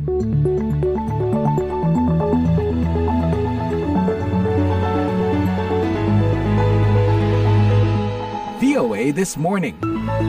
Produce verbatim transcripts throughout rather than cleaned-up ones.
V O A This Morning.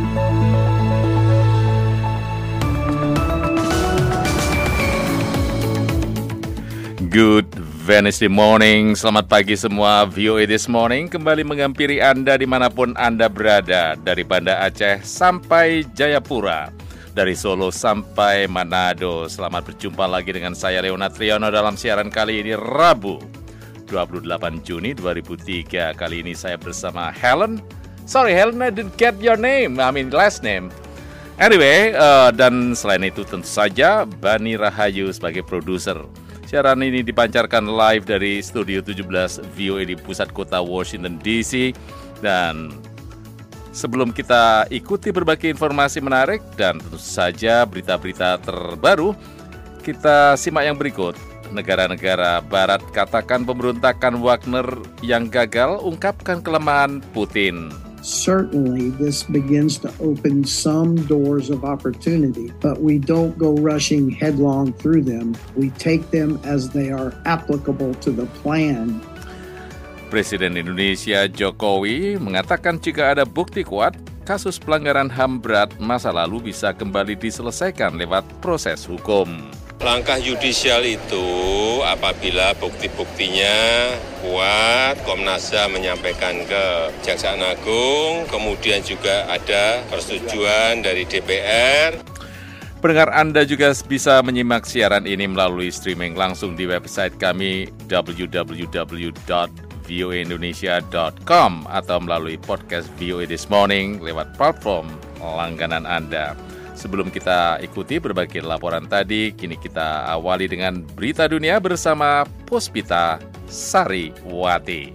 Good Wednesday morning, selamat pagi semua. V O A This Morning kembali menghampiri Anda dimanapun Anda berada, dari Banda Aceh sampai Jayapura, dari Solo sampai Manado. Selamat berjumpa lagi dengan saya Leonard Triono dalam siaran kali ini Rabu dua puluh delapan Juni dua ribu tiga. Kali ini saya bersama Helen. Sorry Helen, I didn't get your name, I mean last name. Anyway, uh, dan selain itu tentu saja Bani Rahayu sebagai produser. Siaran ini dipancarkan live dari Studio tujuh belas V O A di pusat kota Washington D C. Dan sebelum kita ikuti berbagai informasi menarik dan tentu saja berita-berita terbaru, kita simak yang berikut. Negara-negara Barat katakan pemberontakan Wagner yang gagal, ungkapkan kelemahan Putin. Certainly, this begins to open some doors of opportunity, but we don't go rushing headlong through them. We take them as they are applicable to the plan. Presiden Indonesia Jokowi mengatakan jika ada bukti kuat, kasus pelanggaran H A M berat masa lalu bisa kembali diselesaikan lewat proses hukum. Langkah yudisial itu apabila bukti-buktinya kuat, Komnas H A M menyampaikan ke Kejaksaan Agung, kemudian juga ada persetujuan dari D P R. Pendengar Anda juga bisa menyimak siaran ini melalui streaming langsung di website kami w w w dot v o a indonesia dot com atau melalui podcast V O A This Morning lewat platform langganan Anda. Sebelum kita ikuti berbagai laporan tadi, kini kita awali dengan berita dunia bersama Puspita Sariwati.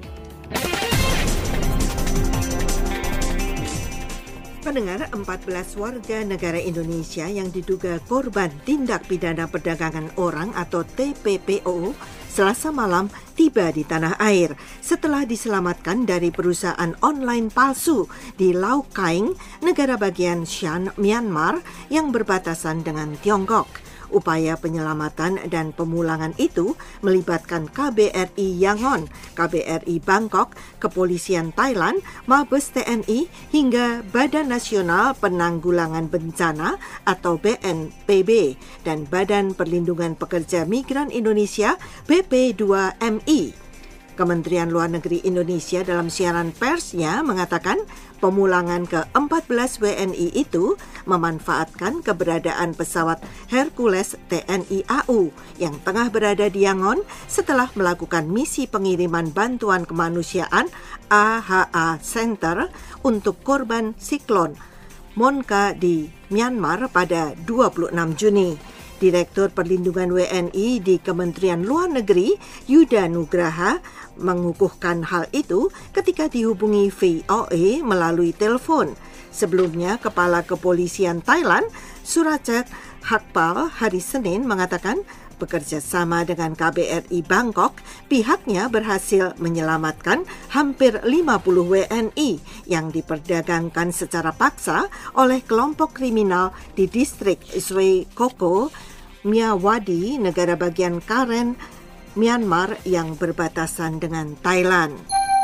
Pendengar, empat belas warga negara Indonesia yang diduga korban tindak pidana perdagangan orang atau T P P O Selasa malam tiba di tanah air setelah diselamatkan dari perusahaan online palsu di Lao Kaing, negara bagian Shan, Myanmar yang berbatasan dengan Tiongkok. Upaya penyelamatan dan pemulangan itu melibatkan K B R I Yangon, K B R I Bangkok, Kepolisian Thailand, Mabes T N I, hingga Badan Nasional Penanggulangan Bencana atau B N P B dan Badan Perlindungan Pekerja Migran Indonesia B P dua M I. Kementerian Luar Negeri Indonesia dalam siaran persnya mengatakan pemulangan ke empat belas W N I itu memanfaatkan keberadaan pesawat Hercules T N I A U yang tengah berada di Yangon setelah melakukan misi pengiriman bantuan kemanusiaan A H A Center untuk korban siklon Mocha di Myanmar pada dua puluh enam Juni. Direktur Perlindungan W N I di Kementerian Luar Negeri, Yuda Nugraha, mengukuhkan hal itu ketika dihubungi V O A melalui telepon. Sebelumnya, Kepala Kepolisian Thailand, Surachet Hakpal, hari Senin mengatakan bekerja sama dengan K B R I Bangkok, pihaknya berhasil menyelamatkan hampir lima puluh W N I yang diperdagangkan secara paksa oleh kelompok kriminal di distrik Srei Koko, Myawaddy, negara bagian Karen, Myanmar yang berbatasan dengan Thailand.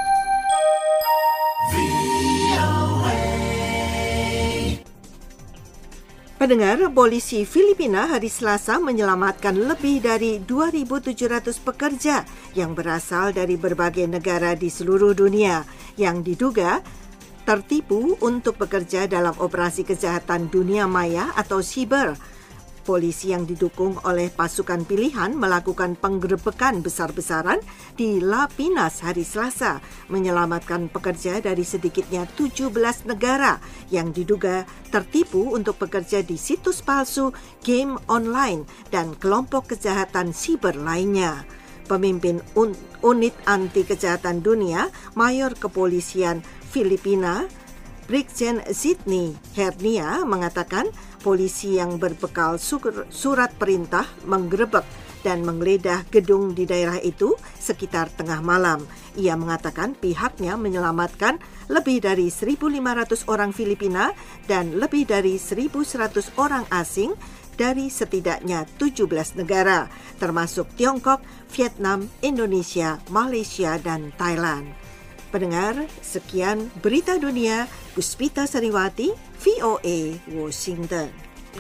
Pendengar, polisi Filipina hari Selasa menyelamatkan lebih dari dua ribu tujuh ratus pekerja yang berasal dari berbagai negara di seluruh dunia yang diduga tertipu untuk bekerja dalam operasi kejahatan dunia maya atau siber. Polisi yang didukung oleh pasukan pilihan melakukan penggerebekan besar-besaran di La Pinas hari Selasa, menyelamatkan pekerja dari sedikitnya tujuh belas negara yang diduga tertipu untuk bekerja di situs palsu, game online, dan kelompok kejahatan siber lainnya. Pemimpin un- unit anti kejahatan dunia, Mayor Kepolisian Filipina, Brigjen Sydney Hernia, mengatakan polisi yang berbekal sur- surat perintah menggerebek dan menggeledah gedung di daerah itu sekitar tengah malam. Ia mengatakan pihaknya menyelamatkan lebih dari seribu lima ratus orang Filipina dan lebih dari seribu seratus orang asing dari setidaknya tujuh belas negara, termasuk Tiongkok, Vietnam, Indonesia, Malaysia, dan Thailand. Pendengar, sekian Berita Dunia, Puspita Sariwati, V O A, Washington.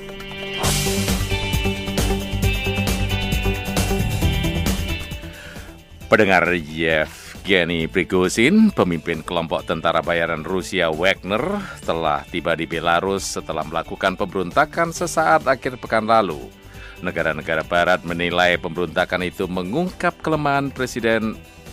Pendengar, Yevgeny Prigozhin, pemimpin kelompok tentara bayaran Rusia Wagner, telah tiba di Belarus setelah melakukan pemberontakan sesaat akhir pekan lalu. Negara-negara barat menilai pemberontakan itu mengungkap kelemahan Presiden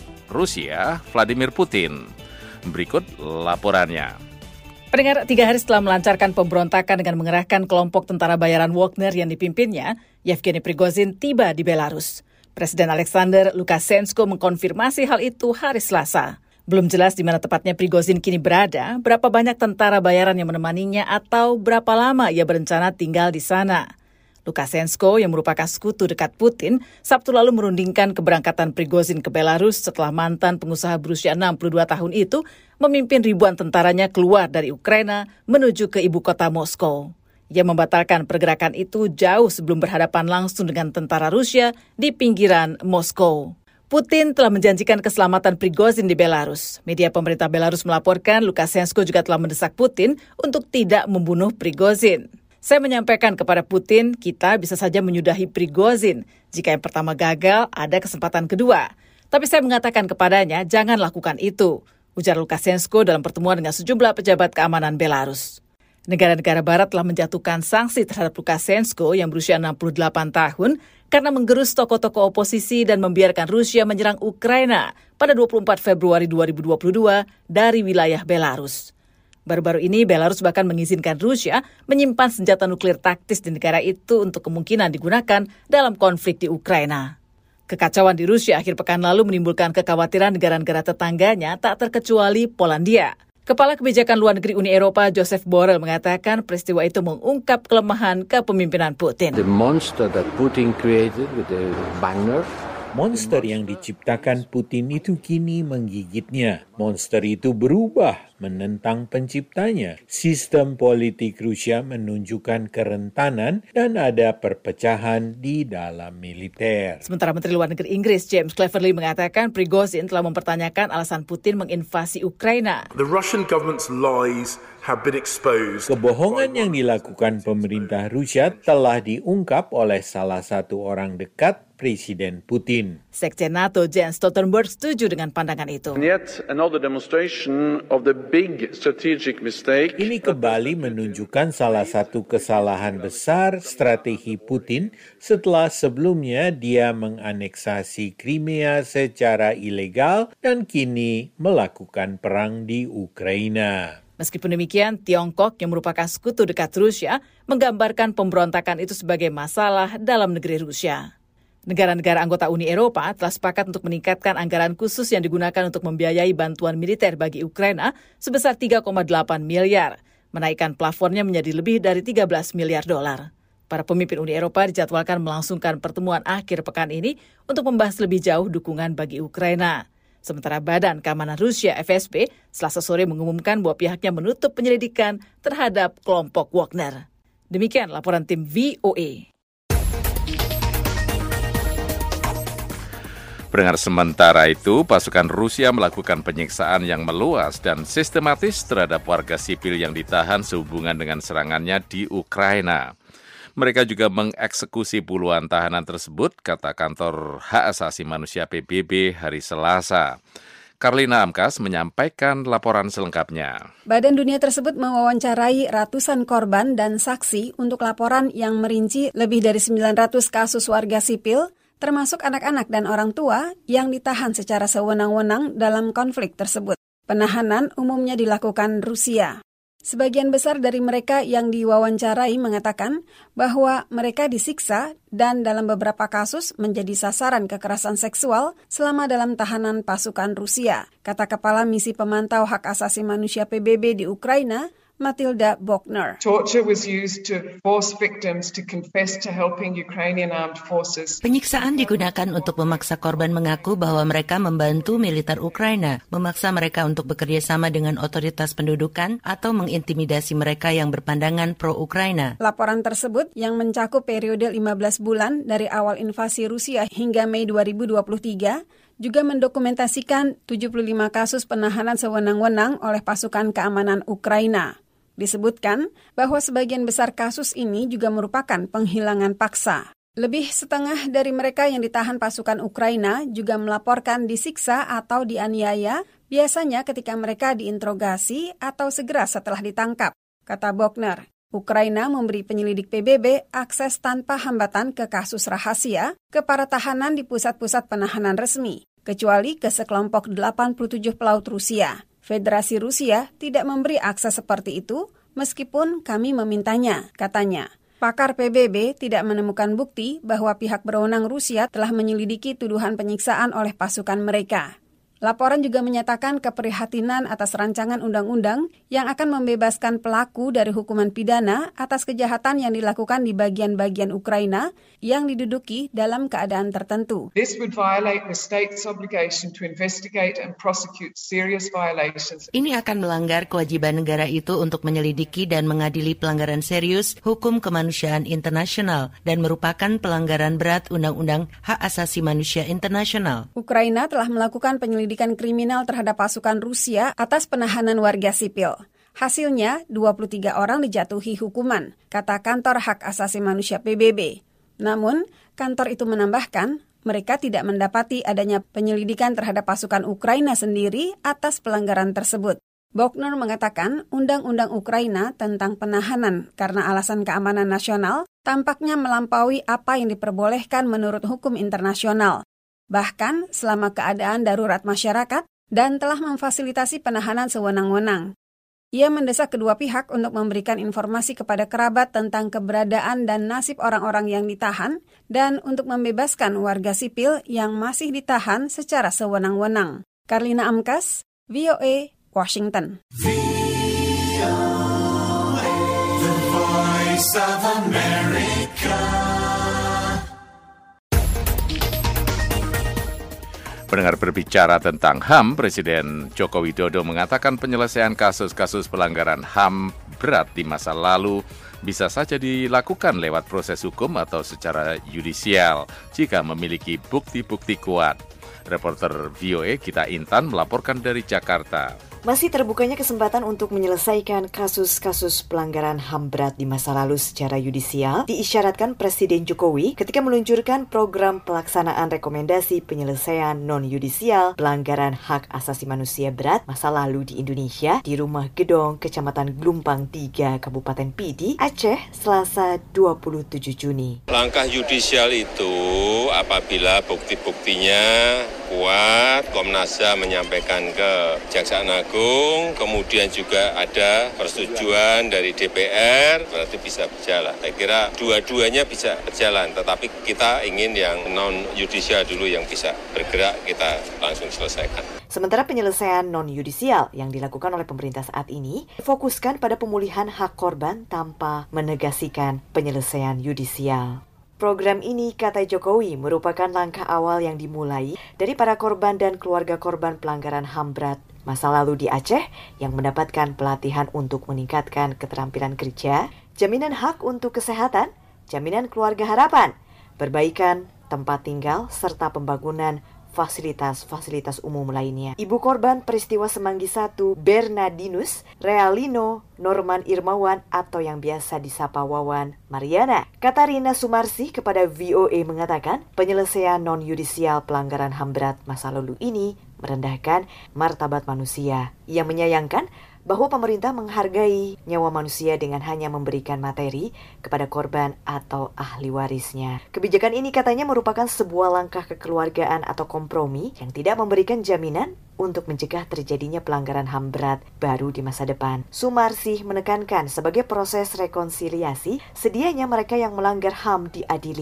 Rusia Vladimir Putin. Berikut laporannya. Pendengar, tiga hari setelah melancarkan pemberontakan dengan mengerahkan kelompok tentara bayaran Wagner yang dipimpinnya, Yevgeny Prigozhin tiba di Belarus. Presiden Alexander Lukashenko mengkonfirmasi hal itu hari Selasa. Belum jelas di mana tepatnya Prigozhin kini berada, berapa banyak tentara bayaran yang menemaninya, atau berapa lama ia berencana tinggal di sana. Lukashenko, yang merupakan sekutu dekat Putin, Sabtu lalu merundingkan keberangkatan Prigozhin ke Belarus setelah mantan pengusaha berusia enam puluh dua tahun itu memimpin ribuan tentaranya keluar dari Ukraina menuju ke ibu kota Moskow. Ia membatalkan pergerakan itu jauh sebelum berhadapan langsung dengan tentara Rusia di pinggiran Moskow. Putin telah menjanjikan keselamatan Prigozhin di Belarus. Media pemerintah Belarus melaporkan Lukashenko juga telah mendesak Putin untuk tidak membunuh Prigozhin. Saya menyampaikan kepada Putin, kita bisa saja menyudahi Prigozhin. Jika yang pertama gagal, ada kesempatan kedua. Tapi saya mengatakan kepadanya, jangan lakukan itu, ujar Lukashenko dalam pertemuan dengan sejumlah pejabat keamanan Belarus. Negara-negara barat telah menjatuhkan sanksi terhadap Lukashenko yang berusia enam puluh delapan tahun karena menggerus tokoh-tokoh oposisi dan membiarkan Rusia menyerang Ukraina pada dua puluh empat Februari dua ribu dua puluh dua dari wilayah Belarus. Baru-baru ini Belarus bahkan mengizinkan Rusia menyimpan senjata nuklir taktis di negara itu untuk kemungkinan digunakan dalam konflik di Ukraina. Kekacauan di Rusia akhir pekan lalu menimbulkan kekhawatiran negara-negara tetangganya tak terkecuali Polandia. Kepala Kebijakan Luar Negeri Uni Eropa Joseph Borrell mengatakan peristiwa itu mengungkap kelemahan kepemimpinan Putin. The monster that Putin created with the Wagner. Monster yang diciptakan Putin itu kini menggigitnya. Monster itu berubah menentang penciptanya. Sistem politik Rusia menunjukkan kerentanan dan ada perpecahan di dalam militer. Sementara Menteri Luar Negeri Inggris James Cleverly mengatakan Prigozhin telah mempertanyakan alasan Putin menginvasi Ukraina. The Russian government's lies have been exposed. Kebohongan yang dilakukan pemerintah Rusia telah diungkap oleh salah satu orang dekat Presiden Putin. Sekjen NATO Jens Stoltenberg setuju dengan pandangan itu. And yet another demonstration of the big strategic mistake. Ini kembali menunjukkan salah satu kesalahan besar strategi Putin setelah sebelumnya dia menganeksasi Crimea secara ilegal dan kini melakukan perang di Ukraina. Meskipun demikian, Tiongkok yang merupakan sekutu dekat Rusia menggambarkan pemberontakan itu sebagai masalah dalam negeri Rusia. Negara-negara anggota Uni Eropa telah sepakat untuk meningkatkan anggaran khusus yang digunakan untuk membiayai bantuan militer bagi Ukraina sebesar tiga koma delapan miliar, menaikkan plafonnya menjadi lebih dari tiga belas miliar dolar. Para pemimpin Uni Eropa dijadwalkan melangsungkan pertemuan akhir pekan ini untuk membahas lebih jauh dukungan bagi Ukraina. Sementara Badan Keamanan Rusia F S B Selasa sore mengumumkan bahwa pihaknya menutup penyelidikan terhadap kelompok Wagner. Demikian laporan tim V O A. Pendengar, sementara itu, pasukan Rusia melakukan penyiksaan yang meluas dan sistematis terhadap warga sipil yang ditahan sehubungan dengan serangannya di Ukraina. Mereka juga mengeksekusi puluhan tahanan tersebut, kata kantor hak asasi manusia P B B hari Selasa. Karlina Amkas menyampaikan laporan selengkapnya. Badan Dunia tersebut mewawancarai ratusan korban dan saksi untuk laporan yang merinci lebih dari sembilan ratus kasus warga sipil, termasuk anak-anak dan orang tua yang ditahan secara sewenang-wenang dalam konflik tersebut. Penahanan umumnya dilakukan Rusia. Sebagian besar dari mereka yang diwawancarai mengatakan bahwa mereka disiksa dan dalam beberapa kasus menjadi sasaran kekerasan seksual selama dalam tahanan pasukan Rusia. Kata Kepala Misi Pemantau Hak Asasi Manusia P B B di Ukraina, Matilda Bogner. Torture was used to force victims to confess to helping Ukrainian armed forces. Penyiksaan digunakan untuk memaksa korban mengaku bahwa mereka membantu militer Ukraina, memaksa mereka untuk bekerja sama dengan otoritas pendudukan atau mengintimidasi mereka yang berpandangan pro-Ukraina. Laporan tersebut yang mencakup periode lima belas bulan dari awal invasi Rusia hingga Mei dua ribu dua puluh tiga juga mendokumentasikan tujuh puluh lima kasus penahanan sewenang-wenang oleh pasukan keamanan Ukraina. Disebutkan bahwa sebagian besar kasus ini juga merupakan penghilangan paksa. Lebih setengah dari mereka yang ditahan pasukan Ukraina juga melaporkan disiksa atau dianiaya, biasanya ketika mereka diinterogasi atau segera setelah ditangkap, kata Bogner. Ukraina memberi penyelidik P B B akses tanpa hambatan ke kasus rahasia ke para tahanan di pusat-pusat penahanan resmi, kecuali ke sekelompok delapan puluh tujuh pelaut Rusia. Federasi Rusia tidak memberi akses seperti itu, meskipun kami memintanya, katanya. Pakar P B B tidak menemukan bukti bahwa pihak berwenang Rusia telah menyelidiki tuduhan penyiksaan oleh pasukan mereka. Laporan juga menyatakan keprihatinan atas rancangan undang-undang yang akan membebaskan pelaku dari hukuman pidana atas kejahatan yang dilakukan di bagian-bagian Ukraina yang diduduki dalam keadaan tertentu. This would violate the state's obligation to investigate and prosecute serious violations. Ini akan melanggar kewajiban negara itu untuk menyelidiki dan mengadili pelanggaran serius hukum kemanusiaan internasional dan merupakan pelanggaran berat Undang-Undang Hak Asasi Manusia Internasional. Ukraina telah melakukan penyelidikan kriminal terhadap pasukan Rusia atas penahanan warga sipil. Hasilnya, dua puluh tiga orang dijatuhi hukuman, kata Kantor Hak Asasi Manusia P B B. Namun, kantor itu menambahkan, mereka tidak mendapati adanya penyelidikan terhadap pasukan Ukraina sendiri atas pelanggaran tersebut. Bogner mengatakan, Undang-Undang Ukraina tentang penahanan karena alasan keamanan nasional tampaknya melampaui apa yang diperbolehkan menurut hukum internasional. Bahkan selama keadaan darurat masyarakat dan telah memfasilitasi penahanan sewenang-wenang. Ia mendesak kedua pihak untuk memberikan informasi kepada kerabat tentang keberadaan dan nasib orang-orang yang ditahan dan untuk membebaskan warga sipil yang masih ditahan secara sewenang-wenang. Karlina Amkas, V O A, Washington. V O A, The Voice of America. Pendengar, berbicara tentang H A M, Presiden Joko Widodo mengatakan penyelesaian kasus-kasus pelanggaran H A M berat di masa lalu bisa saja dilakukan lewat proses hukum atau secara yudisial jika memiliki bukti-bukti kuat. Reporter V O A Gita Intan melaporkan dari Jakarta. Masih terbukanya kesempatan untuk menyelesaikan kasus-kasus pelanggaran H A M berat di masa lalu secara yudisial diisyaratkan Presiden Jokowi ketika meluncurkan program pelaksanaan rekomendasi penyelesaian non-yudisial pelanggaran hak asasi manusia berat masa lalu di Indonesia di Rumah Gedong, Kecamatan Glumpang tiga, Kabupaten Pidi, Aceh, Selasa dua puluh tujuh Juni. Langkah yudisial itu apabila bukti-buktinya kuat, Komnas H A M menyampaikan ke Kejaksaan Agung, kemudian juga ada persetujuan dari D P R, berarti bisa berjalan. Saya kira dua-duanya bisa berjalan, tetapi kita ingin yang non-yudisial dulu yang bisa bergerak, kita langsung selesaikan. Sementara penyelesaian non-yudisial yang dilakukan oleh pemerintah saat ini fokuskan pada pemulihan hak korban tanpa menegasikan penyelesaian yudisial. Program ini, kata Jokowi, merupakan langkah awal yang dimulai dari para korban dan keluarga korban pelanggaran H A M berat masa lalu di Aceh yang mendapatkan pelatihan untuk meningkatkan keterampilan kerja, jaminan hak untuk kesehatan, jaminan keluarga harapan, perbaikan tempat tinggal, serta pembangunan fasilitas-fasilitas umum lainnya. Ibu korban peristiwa Semanggi satu, Bernardinus Realino Norman Irmawan atau yang biasa disapa Wawan Mariana, Katarina Sumarsi kepada V O A mengatakan penyelesaian non-yudisial pelanggaran H A M berat masa lalu ini merendahkan martabat manusia. Ia menyayangkan bahwa pemerintah menghargai nyawa manusia dengan hanya memberikan materi kepada korban atau ahli warisnya. Kebijakan ini katanya merupakan sebuah langkah kekeluargaan atau kompromi yang tidak memberikan jaminan untuk mencegah terjadinya pelanggaran H A M berat baru di masa depan. Sumarsih menekankan sebagai proses rekonsiliasi, sedianya mereka yang melanggar H A M diadili.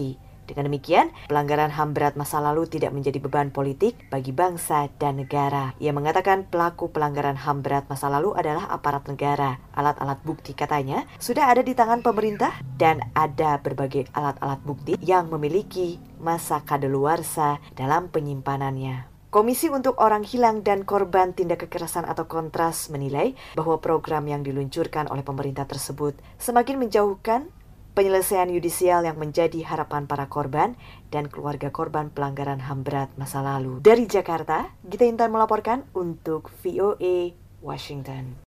Dengan demikian, pelanggaran H A M berat masa lalu tidak menjadi beban politik bagi bangsa dan negara. Ia mengatakan pelaku pelanggaran H A M berat masa lalu adalah aparat negara. Alat-alat bukti katanya sudah ada di tangan pemerintah dan ada berbagai alat-alat bukti yang memiliki masa kadaluarsa dalam penyimpanannya. Komisi untuk Orang Hilang dan Korban Tindak Kekerasan atau Kontras menilai bahwa program yang diluncurkan oleh pemerintah tersebut semakin menjauhkan penyelesaian yudisial yang menjadi harapan para korban dan keluarga korban pelanggaran H A M berat masa lalu. Dari Jakarta, Gita Intan melaporkan untuk V O A Washington.